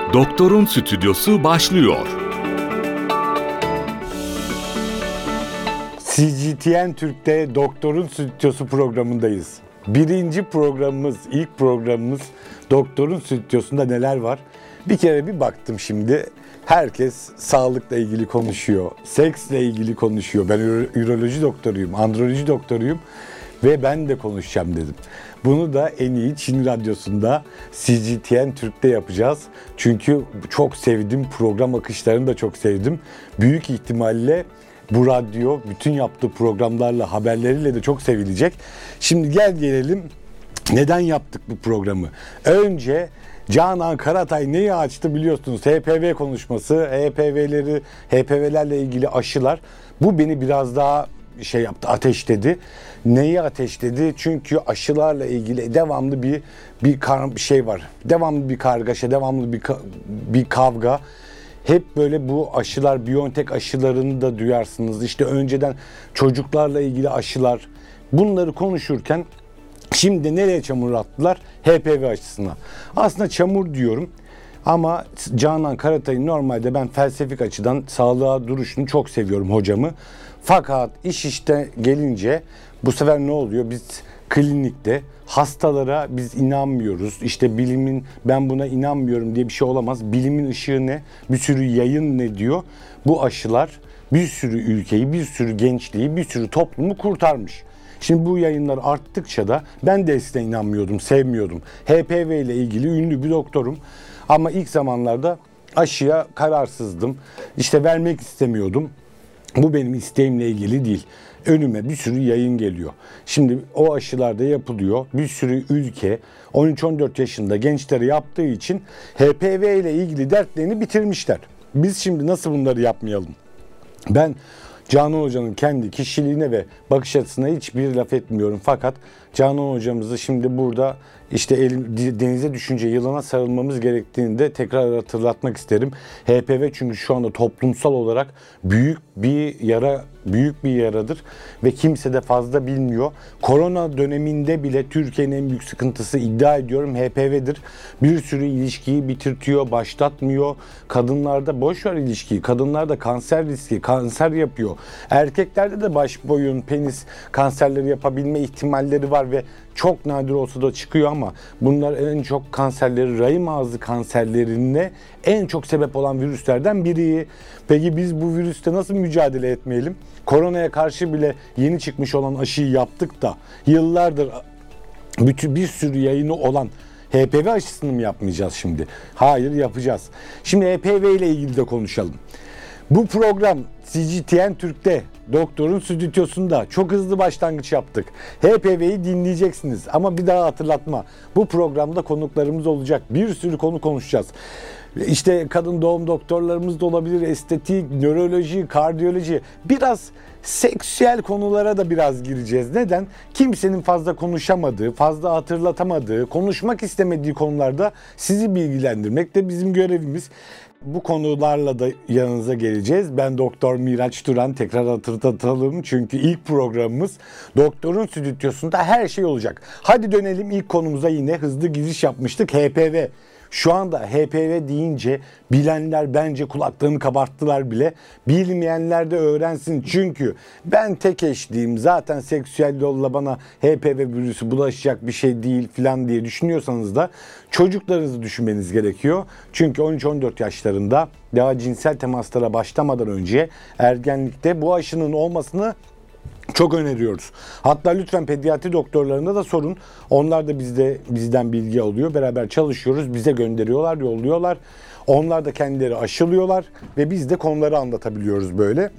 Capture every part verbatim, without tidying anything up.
Doktorun Stüdyosu başlıyor. C G T N Türk'te Doktorun Stüdyosu programındayız. Birinci programımız, ilk programımız Doktorun Stüdyosu'nda neler var? Bir kere bir baktım şimdi. Herkes sağlıkla ilgili konuşuyor, seksle ilgili konuşuyor. Ben üroloji doktoruyum, androloji doktoruyum ve ben de konuşacağım dedim. Bunu da en iyi Çin Radyosu'nda C G T N Türk'te yapacağız. Çünkü çok sevdim, program akışlarını da çok sevdim. Büyük ihtimalle bu radyo bütün yaptığı programlarla, haberleriyle de çok sevilecek. Şimdi gel gelelim neden yaptık bu programı. Önce Canan Karatay neyi açtı biliyorsunuz? H P V konuşması, H P V'leri, H P V'lerle ilgili aşılar. Bu beni biraz daha şey yaptı, ateşledi. Neyi ateşledi? Çünkü aşılarla ilgili devamlı bir bir kar, şey var. Devamlı bir kargaşa, devamlı bir bir kavga. Hep böyle bu aşılar, BioNTech aşılarını da duyarsınız. İşte önceden çocuklarla ilgili aşılar. Bunları konuşurken şimdi nereye çamur attılar? H P V aşısına. Aslında çamur diyorum ama Canan Karatay'ın normalde ben felsefik açıdan sağlığa duruşunu çok seviyorum hocamı. Fakat iş işte gelince bu sefer ne oluyor? Biz klinikte hastalara biz inanmıyoruz. İşte bilimin ben buna inanmıyorum diye bir şey olamaz. Bilimin ışığı ne? Bir sürü yayın ne diyor? Bu aşılar bir sürü ülkeyi, bir sürü gençliği, bir sürü toplumu kurtarmış. Şimdi bu yayınlar arttıkça da ben de eskiden inanmıyordum, sevmiyordum. H P V ile ilgili ünlü bir doktorum. Ama ilk zamanlarda aşıya kararsızdım. İşte vermek istemiyordum. Bu benim isteğimle ilgili değil. Önüme bir sürü yayın geliyor. Şimdi o aşılar da yapılıyor. Bir sürü ülke on üç on dört yaşında gençlere yaptığı için H P V ile ilgili dertlerini bitirmişler. Biz şimdi nasıl bunları yapmayalım? Ben Canan Hoca'nın kendi kişiliğine ve bakış açısına hiçbir laf etmiyorum. Fakat Canan Hocamızı şimdi burada işte el, denize düşünce yılana sarılmamız gerektiğini de tekrar hatırlatmak isterim. H P V çünkü şu anda toplumsal olarak büyük bir yara, büyük bir yaradır ve kimse de fazla bilmiyor. Korona döneminde bile Türkiye'nin en büyük sıkıntısı iddia ediyorum H P V'dir. Bir sürü ilişkiyi bitirtiyor, başlatmıyor. Kadınlarda boş ver ilişkiyi. Kadınlarda kanser riski, kanser yapıyor. Erkeklerde de baş, boyun, penis kanserleri yapabilme ihtimalleri var ve çok nadir olsa da çıkıyor ama bunlar en çok kanserleri, rahim ağzı kanserlerine en çok sebep olan virüslerden biri. Peki biz bu virüste nasıl mücadele etmeyelim? Koronaya karşı bile yeni çıkmış olan aşıyı yaptık da yıllardır bütün bir sürü yayını olan H P V aşısını mı yapmayacağız şimdi? Hayır, yapacağız. Şimdi H P V ile ilgili de konuşalım. Bu program C G T N Türk'te Doktorun Stüdyosu'nda çok hızlı başlangıç yaptık. H P V'yi dinleyeceksiniz ama bir daha hatırlatma. Bu programda konuklarımız olacak. Bir sürü konu konuşacağız. İşte kadın doğum doktorlarımız da olabilir, estetik, nöroloji, kardiyoloji. Biraz seksüel konulara da biraz gireceğiz. Neden? Kimsenin fazla konuşamadığı, fazla hatırlatamadığı, konuşmak istemediği konularda sizi bilgilendirmek de bizim görevimiz. Bu konularla da yanınıza geleceğiz. Ben Doktor Miraç Turan, tekrar hatırlatalım çünkü ilk programımız Doktorun Stüdyosu'nda her şey olacak. Hadi dönelim ilk konumuza, yine hızlı giriş yapmıştık. H P V. Şu anda H P V deyince bilenler bence kulaklarını kabarttılar bile. Bilmeyenler de öğrensin. Çünkü ben tek eşliyim. Zaten seksüel yolla bana H P V virüsü bulaşacak bir şey değil falan diye düşünüyorsanız da çocuklarınızı düşünmeniz gerekiyor. Çünkü on üç on dört yaşlarında daha cinsel temaslara başlamadan önce ergenlikte bu aşının olmasını çok öneriyoruz. Hatta lütfen pediatri doktorlarına da sorun. Onlar da bizde bizden bilgi alıyor. Beraber çalışıyoruz. Bize gönderiyorlar, yolluyorlar. Onlar da kendileri aşılıyorlar ve biz de konuları anlatabiliyoruz böyle.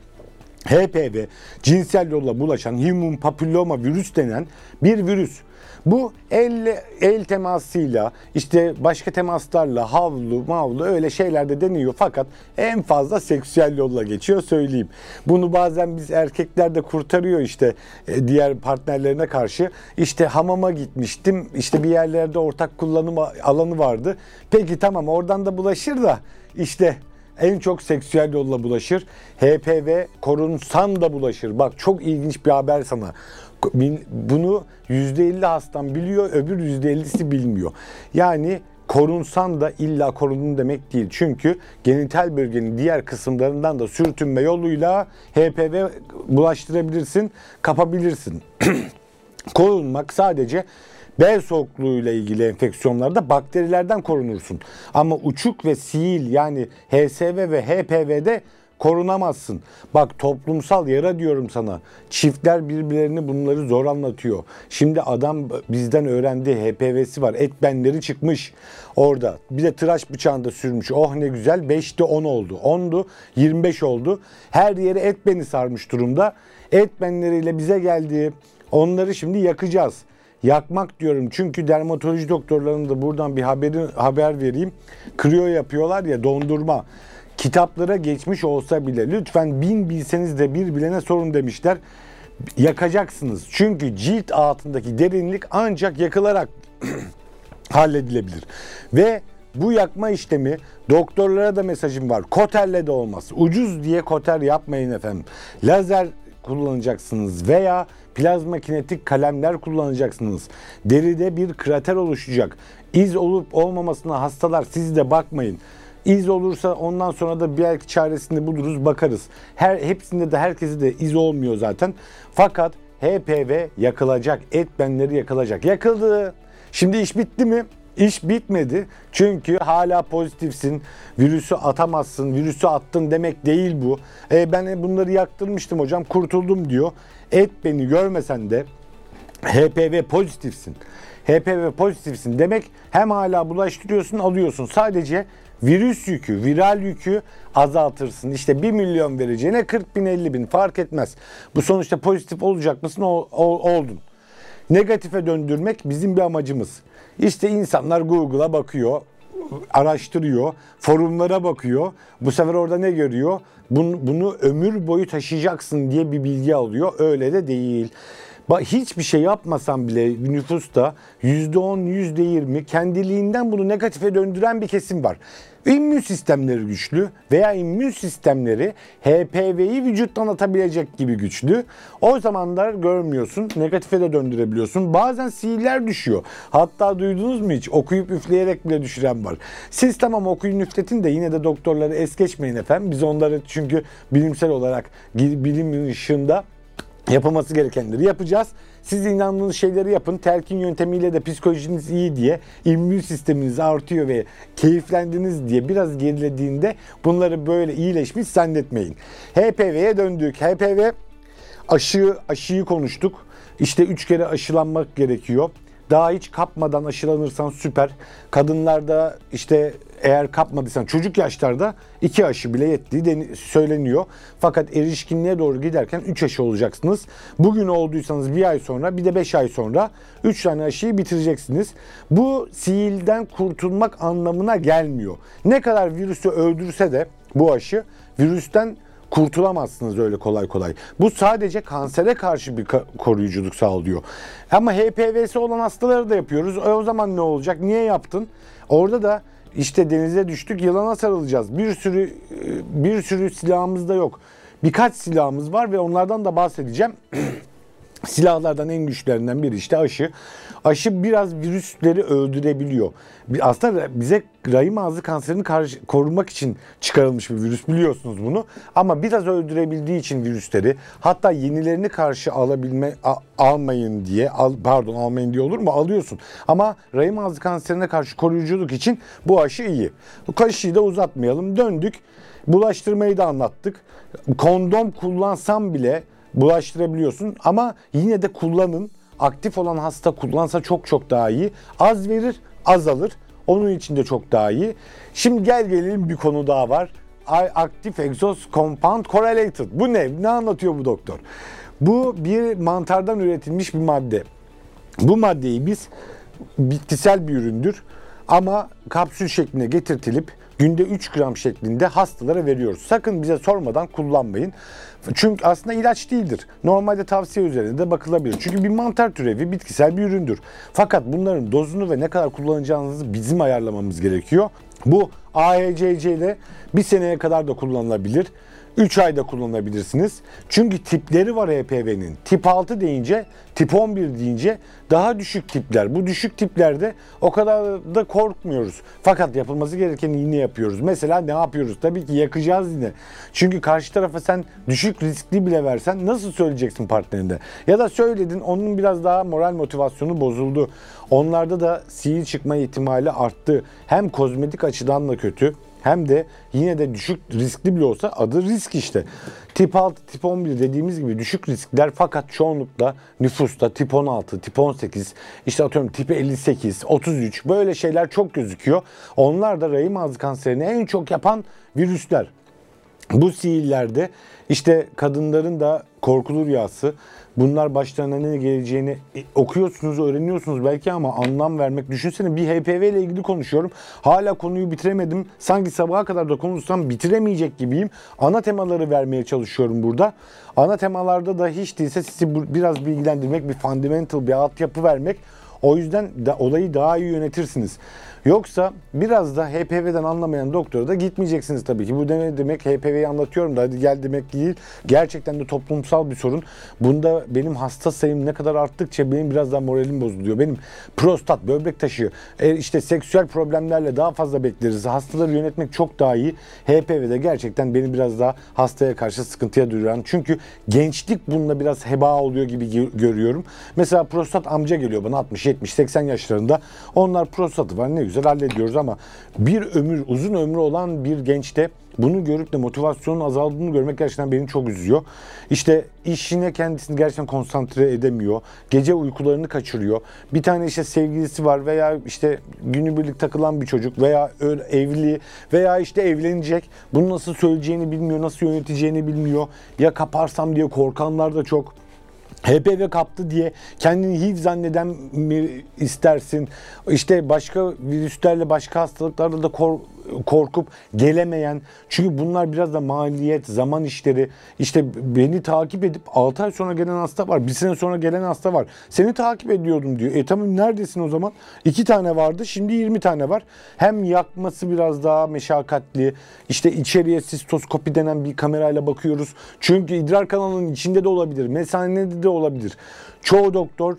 H P V, cinsel yolla bulaşan human papilloma virüs denen bir virüs. Bu el, el temasıyla, işte başka temaslarla, havlu, mavlu öyle şeyler de deniyor. Fakat en fazla seksüel yolla geçiyor, söyleyeyim. Bunu bazen biz erkekler de kurtarıyor işte diğer partnerlerine karşı. İşte hamama gitmiştim, işte bir yerlerde ortak kullanım alanı vardı. Peki tamam, oradan da bulaşır da işte en çok seksüel yolla bulaşır. H P V korunsan da bulaşır. Bak çok ilginç bir haber sana. Bunu yüzde elli hastam biliyor, öbür yüzde ellisi bilmiyor. Yani korunsan da illa korundun demek değil. Çünkü genital bölgenin diğer kısımlarından da sürtünme yoluyla H P V bulaştırabilirsin, kapabilirsin. Korunmak sadece bel soğukluğuyla ilgili enfeksiyonlarda bakterilerden korunursun. Ama uçuk ve sihil yani H S V ve H P V'de korunamazsın. Bak toplumsal yara diyorum sana. Çiftler birbirlerini bunları zor anlatıyor. Şimdi adam bizden öğrendi, H P V'si var. Et benleri çıkmış orada. Bir de tıraş bıçağında sürmüş. Oh ne güzel. beşte on oldu. ondu yirmi beş oldu. Her yeri et beni sarmış durumda. Et benleriyle bize geldi. Onları şimdi yakacağız. Yakmak diyorum çünkü dermatoloji doktorlarının da buradan bir haberi, haber vereyim. Kriyo yapıyorlar ya, dondurma. Kitaplara geçmiş olsa bile lütfen bin bilseniz de bir bilene sorun demişler. Yakacaksınız. Çünkü cilt altındaki derinlik ancak yakılarak halledilebilir. Ve bu yakma işlemi, doktorlara da mesajım var. Koterle de olmaz. Ucuz diye koter yapmayın efendim. Lazer kullanacaksınız veya plazma kinetik kalemler kullanacaksınız. Deride bir krater oluşacak. İz olup olmamasına hastalar siz de bakmayın. İz olursa ondan sonra da belki çaresini buluruz, bakarız. Her hepsinde de herkesi de iz olmuyor zaten. Fakat H P V yakılacak, et benleri yakılacak. Yakıldı. Şimdi iş bitti mi? İş bitmedi. Çünkü hala pozitifsin. Virüsü atamazsın. Virüsü attın demek değil bu. E, ben bunları yaktırmıştım hocam, kurtuldum diyor. Et beni görmesen de H P V pozitifsin. H P V pozitifsin demek hem hala bulaştırıyorsun, alıyorsun. Sadece virüs yükü, viral yükü azaltırsın. İşte bir milyon vereceğine kırk bin, elli bin fark etmez. Bu sonuçta pozitif olacak mısın? O, o, oldun. Negatife döndürmek bizim bir amacımız. İşte insanlar Google'a bakıyor, araştırıyor, forumlara bakıyor. Bu sefer orada ne görüyor? Bunu, bunu ömür boyu taşıyacaksın diye bir bilgi alıyor. Öyle de değil. Hiçbir şey yapmasam bile nüfusta yüzde on, yüzde yirmi kendiliğinden bunu negatife döndüren bir kesim var. İmmün sistemleri güçlü veya immün sistemleri H P V'yi vücuttan atabilecek gibi güçlü. O zamanlar görmüyorsun, negatife de döndürebiliyorsun. Bazen sihirler düşüyor. Hatta duydunuz mu hiç? Okuyup üfleyerek bile düşüren var. Siz tamam okuyun üfletin de yine de doktorları es geçmeyin efendim. Biz onları çünkü bilimsel olarak bilim ışığında yapılması gerekenleri yapacağız. Siz inandığınız şeyleri yapın. Telkin yöntemiyle de psikolojiniz iyi diye, immün sisteminiz artıyor ve keyiflendiniz diye biraz gerilediğinde bunları böyle iyileşmiş zannetmeyin. H P V'ye döndük. H P V aşı, aşıyı konuştuk. İşte üç kere aşılanmak gerekiyor. Daha hiç kapmadan aşılanırsan süper. Kadınlarda işte eğer kapmadıysan çocuk yaşlarda iki aşı bile yettiği söyleniyor. Fakat erişkinliğe doğru giderken üç aşı olacaksınız. Bugün olduysanız bir ay sonra, bir de beş ay sonra üç tane aşıyı bitireceksiniz. Bu sihilden kurtulmak anlamına gelmiyor. Ne kadar virüsü öldürse de bu aşı virüsten kurtulamazsınız öyle kolay kolay. Bu sadece kansere karşı bir koruyuculuk sağlıyor. Ama H P V'si olan hastaları da yapıyoruz. E o zaman ne olacak? Niye yaptın? Orada da işte denize düştük, yılana sarılacağız. Bir sürü bir sürü silahımız da yok. Birkaç silahımız var ve onlardan da bahsedeceğim. Silahlardan en güçlerinden biri işte aşı. Aşı biraz virüsleri öldürebiliyor. Aslında bize rahim ağzı kanserini karşı, korumak için çıkarılmış bir virüs, biliyorsunuz bunu. Ama biraz öldürebildiği için virüsleri, hatta yenilerini karşı alabilme a, almayın diye, al, pardon almayın diye olur mu? Alıyorsun. Ama rahim ağzı kanserine karşı koruyuculuk için bu aşı iyi. Bu aşıyı da uzatmayalım. Döndük. Bulaştırmayı da anlattık. Kondom kullansam bile bulaştırabiliyorsun ama yine de kullanın. Aktif olan hasta kullansa çok çok daha iyi. Az verir, az alır. Onun için de çok daha iyi. Şimdi gel gelelim bir konu daha var. Active Exhaust Compound Correlated. Bu ne? Ne anlatıyor bu doktor? Bu bir mantardan üretilmiş bir madde. Bu maddeyi biz bitkisel bir üründür ama kapsül şekline getirtilip günde üç gram şeklinde hastalara veriyoruz. Sakın bize sormadan kullanmayın. Çünkü aslında ilaç değildir. Normalde tavsiye üzerinde de bakılabilir. Çünkü bir mantar türevi bitkisel bir üründür. Fakat bunların dozunu ve ne kadar kullanacağınızı bizim ayarlamamız gerekiyor. Bu A H C C'de bir seneye kadar da kullanılabilir. üç ayda kullanabilirsiniz. Çünkü tipleri var H P V'nin. Tip altı deyince, tip on bir deyince daha düşük tipler. Bu düşük tiplerde o kadar da korkmuyoruz. Fakat yapılması gerekeni yine yapıyoruz. Mesela ne yapıyoruz? Tabii ki yakacağız yine. Çünkü karşı tarafa sen düşük riskli bile versen nasıl söyleyeceksin partnerinde? Ya da söyledin, onun biraz daha moral motivasyonu bozuldu. Onlarda da sihir çıkma ihtimali arttı. Hem kozmetik açıdan da kötü, hem de yine de düşük riskli bile olsa adı risk işte. Tip altı, tip on bir dediğimiz gibi düşük riskler, fakat çoğunlukla nüfusta tip on altı, tip on sekiz, işte atıyorum tip elli sekiz, otuz üç böyle şeyler çok gözüküyor. Onlar da rahim ağzı kanserini en çok yapan virüsler. Bu sihirlerde işte kadınların da korkulu rüyası. Bunlar başlarına ne geleceğini okuyorsunuz, öğreniyorsunuz belki ama anlam vermek. Düşünsene, bir H P V ile ilgili konuşuyorum. Hala konuyu bitiremedim. Sanki sabaha kadar da konuşsam bitiremeyecek gibiyim. Ana temaları vermeye çalışıyorum burada. Ana temalarda da hiç değilse sizi biraz bilgilendirmek, bir fundamental, bir altyapı vermek. O yüzden de olayı daha iyi yönetirsiniz. Yoksa biraz da H P V'den anlamayan doktora da gitmeyeceksiniz tabii ki. Bu ne demek? H P V'yi anlatıyorum da hadi gel demek değil. Gerçekten de toplumsal bir sorun. Bunda benim hasta sayım ne kadar arttıkça benim biraz daha moralim bozuluyor. Benim prostat, böbrek taşı, e işte seksüel problemlerle daha fazla bekleriz. Hastaları yönetmek çok daha iyi. H P V'de gerçekten beni biraz daha hastaya karşı sıkıntıya duran. Çünkü gençlik bununla biraz heba oluyor gibi görüyorum. Mesela prostat amca geliyor bana altmış, yetmiş, seksen yaşlarında. Onlar prostatı var, ne güzel hallediyoruz ama bir ömür, uzun ömrü olan bir gençte bunu görüp de motivasyonun azaldığını görmek gerçekten beni çok üzüyor. İşte işine kendisini gerçekten konsantre edemiyor. Gece uykularını kaçırıyor. Bir tane işte sevgilisi var veya işte günübirlik takılan bir çocuk veya evli veya işte evlenecek. Bunu nasıl söyleyeceğini bilmiyor, nasıl yöneteceğini bilmiyor. Ya kaparsam diye korkanlar da çok. H P V kaptı diye kendini H I V zanneden mi istersin? İşte başka virüslerle, başka hastalıklarla da kork korkup gelemeyen, çünkü bunlar biraz da maliyet, zaman işleri. İşte beni takip edip altı ay sonra gelen hasta var, bir sene sonra gelen hasta var. Seni takip ediyordum diyor. E tamam, neredesin o zaman? iki tane vardı, şimdi yirmi tane var. Hem yakması biraz daha meşakkatli. İşte içeriye sistoskopi denen bir kamerayla bakıyoruz. Çünkü idrar kanalının içinde de olabilir, mesanede de olabilir. Çoğu doktor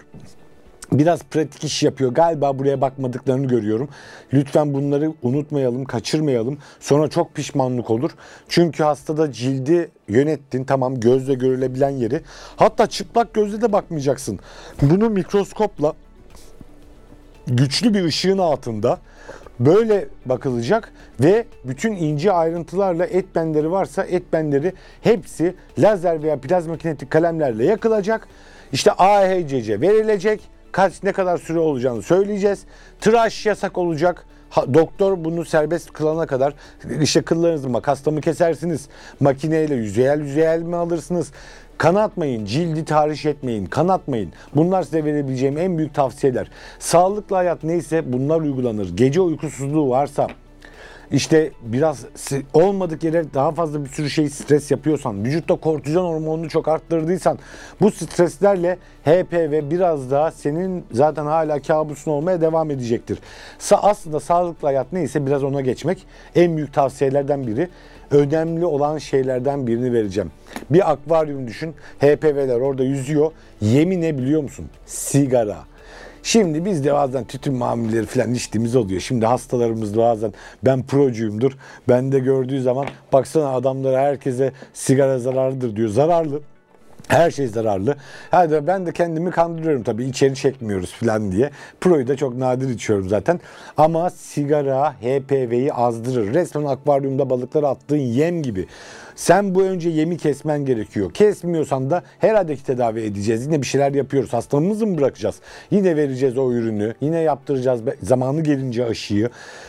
biraz pratik iş yapıyor. Galiba buraya bakmadıklarını görüyorum. Lütfen bunları unutmayalım, kaçırmayalım. Sonra çok pişmanlık olur. Çünkü hastada cildi yönettin. Tamam, gözle görülebilen yeri. Hatta çıplak gözle de bakmayacaksın. Bunu mikroskopla, güçlü bir ışığın altında böyle bakılacak ve bütün ince ayrıntılarla et benleri varsa et benleri hepsi lazer veya plazmakinetik kalemlerle yakılacak. İşte A H C C verilecek. Kaç, ne kadar süre olacağını söyleyeceğiz. Tıraş yasak olacak. Ha, doktor bunu serbest kılana kadar işte kıllarınızı makasla mı kesersiniz? Makineyle yüzeyel yüzeyel mi alırsınız? Kanatmayın, cildi tahriş etmeyin, kanatmayın. Bunlar size verebileceğim en büyük tavsiyeler. Sağlıklı hayat neyse bunlar uygulanır. Gece uykusuzluğu varsa, İşte biraz olmadık yere daha fazla bir sürü şey stres yapıyorsan, vücutta kortizon hormonunu çok arttırdıysan, bu streslerle H P V biraz daha senin zaten hala kabusun olmaya devam edecektir. Aslında sağlıklı hayat neyse biraz ona geçmek en büyük tavsiyelerden biri. Önemli olan şeylerden birini vereceğim. Bir akvaryum düşün, H P V'ler orada yüzüyor. Yemi ne biliyor musun? Sigara. Şimdi biz de bazen tütün mamulleri falan içtiğimiz oluyor. Şimdi hastalarımız bazen, ben procuyumdur, ben de gördüğü zaman baksana adamlara, herkese sigara zararlıdır diyor. Zararlı. Her şey zararlı. Hadi ben de kendimi kandırıyorum tabii, içeri çekmiyoruz falan diye. Pro'yu da çok nadir içiyorum zaten. Ama sigara H P V'yi azdırır. Resmen akvaryumda balıklara attığın yem gibi. Sen bu önce yemi kesmen gerekiyor. Kesmiyorsan da herhalde ki tedavi edeceğiz. Yine bir şeyler yapıyoruz. Hastamızı mı bırakacağız? Yine vereceğiz o ürünü. Yine yaptıracağız zamanı gelince aşıyı.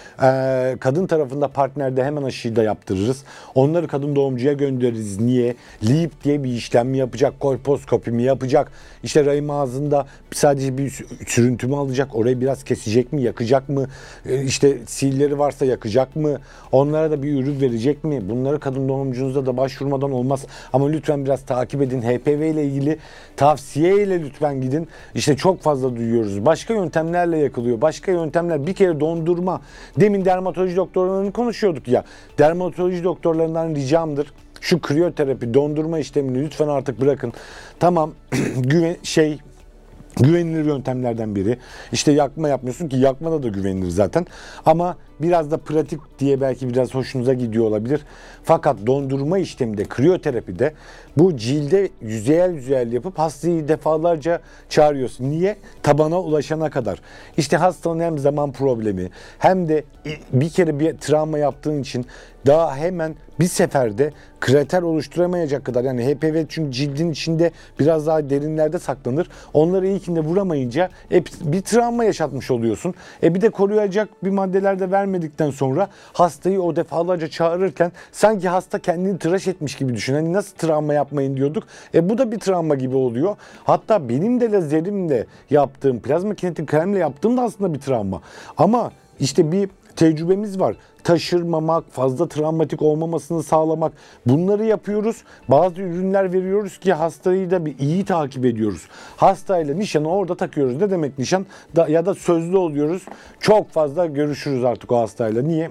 Ee, kadın tarafında partnerde hemen aşıyı da yaptırırız. Onları kadın doğumcuya göndeririz. Niye? Leap diye bir işlem mi yapacak? Kolposkopi mi yapacak? İşte rahim ağzında sadece bir sürüntü mü alacak? Orayı biraz kesecek mi? Yakacak mı? Ee, işte silleri varsa yakacak mı? Onlara da bir ürün verecek mi? Bunları kadın doğumcunuzda da başvurmadan olmaz. Ama lütfen biraz takip edin. H P V ile ilgili tavsiyeyle lütfen gidin. İşte çok fazla duyuyoruz. Başka yöntemlerle yakılıyor. Başka yöntemler, bir kere dondurma. Demin dermatoloji doktorlarını konuşuyorduk ya. Dermatoloji doktorlarından ricamdır. Şu kriyoterapi, dondurma işlemini lütfen artık bırakın. Tamam güven şey güvenilir yöntemlerden biri. İşte yakma yapmıyorsun ki yakmada da güvenilir zaten. Ama biraz da pratik diye belki biraz hoşunuza gidiyor olabilir. Fakat dondurma işleminde, kriyoterapide bu cilde yüzeyel yüzeyel yapıp hastayı defalarca çağırıyorsun. Niye? Tabana ulaşana kadar. İşte hastanın hem zaman problemi hem de bir kere bir travma yaptığın için daha hemen bir seferde krater oluşturamayacak kadar, yani H P V çünkü cildin içinde biraz daha derinlerde saklanır. Onları ilkinde vuramayınca e, bir travma yaşatmış oluyorsun. E bir de koruyacak bir maddeler de vermedikten sonra hastayı o defalarca çağırırken sanki hasta kendini tıraş etmiş gibi düşün. Hani nasıl travma yapmayın diyorduk. E bu da bir travma gibi oluyor. Hatta benim de lazerimle yaptığım, plazma kinetik kremle yaptığım da aslında bir travma. Ama işte bir tecrübemiz var. Taşırmamak, fazla travmatik olmamasını sağlamak. Bunları yapıyoruz. Bazı ürünler veriyoruz ki hastayı da bir iyi takip ediyoruz. Hastayla nişanı orada takıyoruz. Ne demek nişan? Da, ya da sözlü oluyoruz. Çok fazla görüşürüz artık o hastayla. Niye?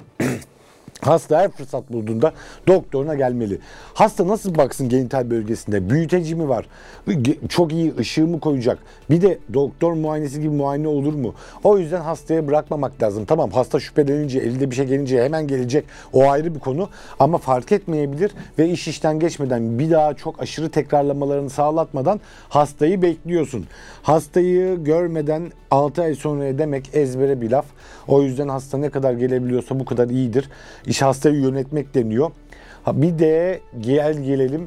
Hasta her fırsat bulduğunda doktoruna gelmeli. Hasta nasıl baksın genital bölgesinde? Büyüteci mi var? Çok iyi ışığı mı koyacak? Bir de doktor muayenesi gibi muayene olur mu? O yüzden hastaya bırakmamak lazım. Tamam, hasta şüphelenince, elde bir şey gelince hemen gelecek. O ayrı bir konu. Ama fark etmeyebilir ve iş işten geçmeden, bir daha çok aşırı tekrarlamalarını sağlatmadan hastayı bekliyorsun. Hastayı görmeden altı ay sonra demek ezbere bir laf. O yüzden hasta ne kadar gelebiliyorsa bu kadar iyidir. İş hastayı yönetmek deniyor. Ha, bir de gel gelelim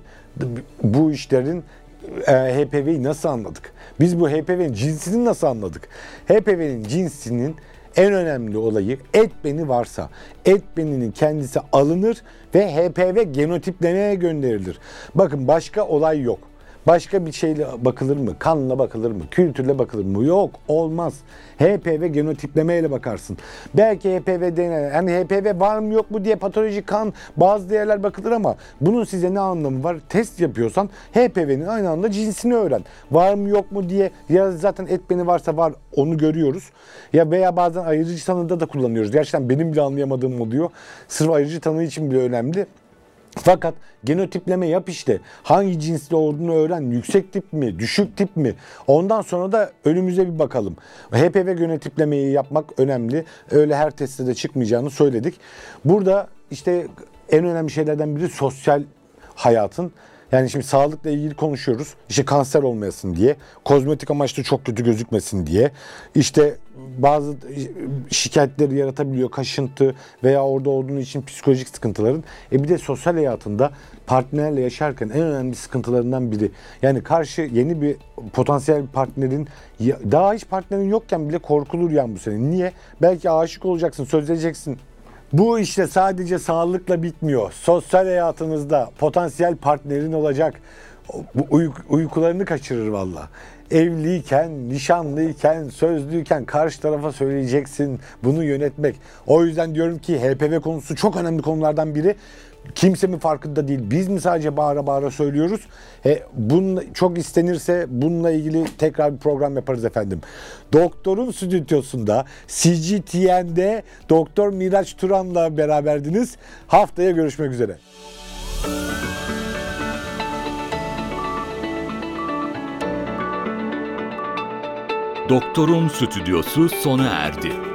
bu işlerin e, H P V'yi nasıl anladık? Biz bu H P V'nin cinsini nasıl anladık? H P V'nin cinsinin en önemli olayı, et beni varsa et beninin kendisi alınır ve H P V genotiplemeye gönderilir. Bakın, başka olay yok. Başka bir şeyle bakılır mı? Kanla bakılır mı? Kültürle bakılır mı? Yok, olmaz. H P V genotiplemeyle bakarsın. Belki H P V D N A, yani H P V var mı yok mu diye patolojik kan, bazı değerler bakılır ama bunun size ne anlamı var? Test yapıyorsan H P V'nin aynı anda cinsini öğren. Var mı yok mu diye, ya zaten et beni varsa var, onu görüyoruz. Ya veya bazen ayırıcı tanıda da kullanıyoruz. Gerçekten benim bile anlayamadığım oluyor. Sırf ayırıcı tanı için bile önemli. Fakat genotipleme yap işte. Hangi cinsli olduğunu öğren. Yüksek tip mi? Düşük tip mi? Ondan sonra da önümüze bir bakalım. H P V genotiplemeyi yapmak önemli. Öyle her testte de çıkmayacağını söyledik. Burada işte en önemli şeylerden biri sosyal hayatın. Yani şimdi sağlıkla ilgili konuşuyoruz. İşte kanser olmayasın diye, kozmetik amaçlı çok kötü gözükmesin diye, işte bazı şikayetleri yaratabiliyor, kaşıntı veya orada olduğun için psikolojik sıkıntıların. E bir de sosyal hayatında partnerle yaşarken en önemli sıkıntılarından biri. Yani karşı yeni bir potansiyel partnerin, daha hiç partnerin yokken bile korkulur yani bu senin. Niye? Belki aşık olacaksın, sözleneceksin. Bu işte sadece sağlıkla bitmiyor. Sosyal hayatınızda potansiyel partnerin olacak. Bu uyku, uykularını kaçırır valla. Evliyken, nişanlıyken, sözlüyken karşı tarafa söyleyeceksin. Bunu yönetmek. O yüzden diyorum ki H P V konusu çok önemli konulardan biri. Kimse mi farkında değil? Biz mi sadece bağıra bağıra söylüyoruz? E, bunun çok istenirse bununla ilgili tekrar bir program yaparız efendim. Doktorun stüdyosunda C G T N'de Doktor Miraç Turan'la beraberdiniz. Haftaya görüşmek üzere. Doktorun Stüdyosu sona erdi.